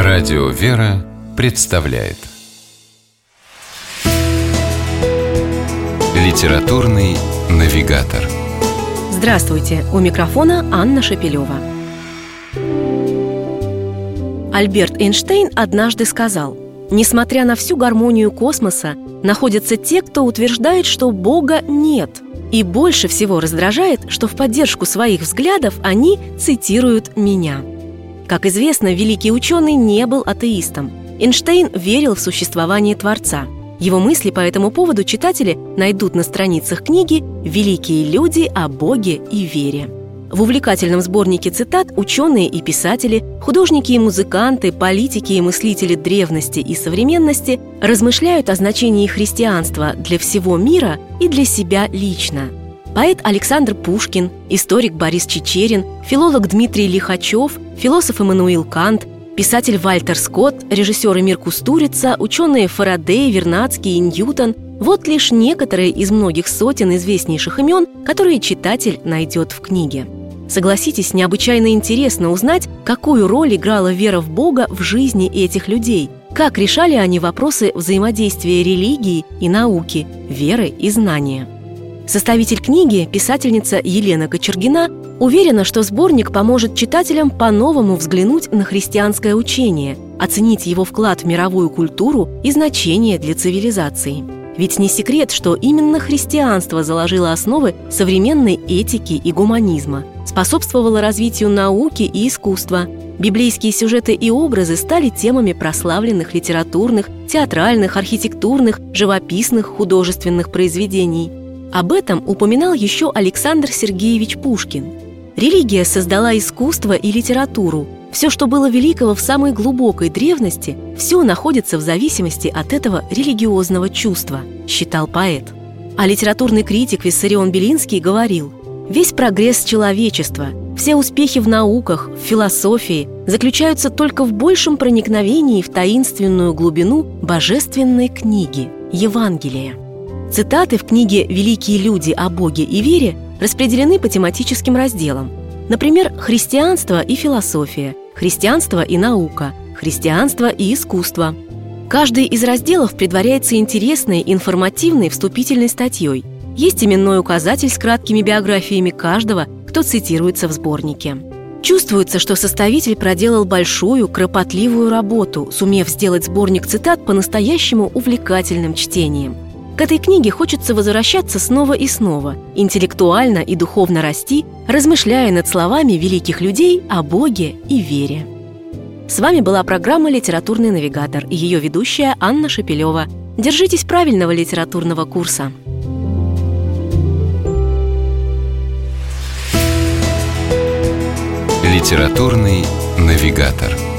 Радио «Вера» представляет Литературный навигатор. Здравствуйте! У микрофона Анна Шапилева. Альберт Эйнштейн однажды сказал: «Несмотря на всю гармонию космоса, находятся те, кто утверждает, что Бога нет. И больше всего раздражает, что в поддержку своих взглядов они цитируют меня». Как известно, великий ученый не был атеистом. Эйнштейн верил в существование Творца. Его мысли по этому поводу читатели найдут на страницах книги «Великие люди о Боге и вере». В увлекательном сборнике цитат ученые и писатели, художники и музыканты, политики и мыслители древности и современности размышляют о значении христианства для всего мира и для себя лично. Поэт Александр Пушкин, историк Борис Чичерин, филолог Дмитрий Лихачев, философ Иммануил Кант, писатель Вальтер Скотт, режиссер Эмир Кустурица, ученые Фарадей, Вернадский и Ньютон – вот лишь некоторые из многих сотен известнейших имен, которые читатель найдет в книге. Согласитесь, необычайно интересно узнать, какую роль играла вера в Бога в жизни этих людей, как решали они вопросы взаимодействия религии и науки, веры и знания. Составитель книги, писательница Елена Кочергина, уверена, что сборник поможет читателям по-новому взглянуть на христианское учение, оценить его вклад в мировую культуру и значение для цивилизации. Ведь не секрет, что именно христианство заложило основы современной этики и гуманизма, способствовало развитию науки и искусства. Библейские сюжеты и образы стали темами прославленных литературных, театральных, архитектурных, живописных, художественных произведений. Об этом упоминал еще Александр Сергеевич Пушкин. Религия создала искусство и литературу. Все, что было великого в самой глубокой древности, все находится в зависимости от этого религиозного чувства, считал поэт. А литературный критик Виссарион Белинский говорил: «Весь прогресс человечества, все успехи в науках, в философии заключаются только в большем проникновении в таинственную глубину божественной книги – Евангелия». Цитаты в книге «Великие люди о Боге и вере» распределены по тематическим разделам. Например, христианство и философия, христианство и наука, христианство и искусство. Каждый из разделов предваряется интересной, информативной вступительной статьей. Есть именной указатель с краткими биографиями каждого, кто цитируется в сборнике. Чувствуется, что составитель проделал большую, кропотливую работу, сумев сделать сборник цитат по-настоящему увлекательным чтением. К этой книге хочется возвращаться снова и снова, интеллектуально и духовно расти, размышляя над словами великих людей о Боге и вере. С вами была программа «Литературный навигатор» и ее ведущая Анна Шапилева. Держитесь правильного литературного курса. Литературный навигатор.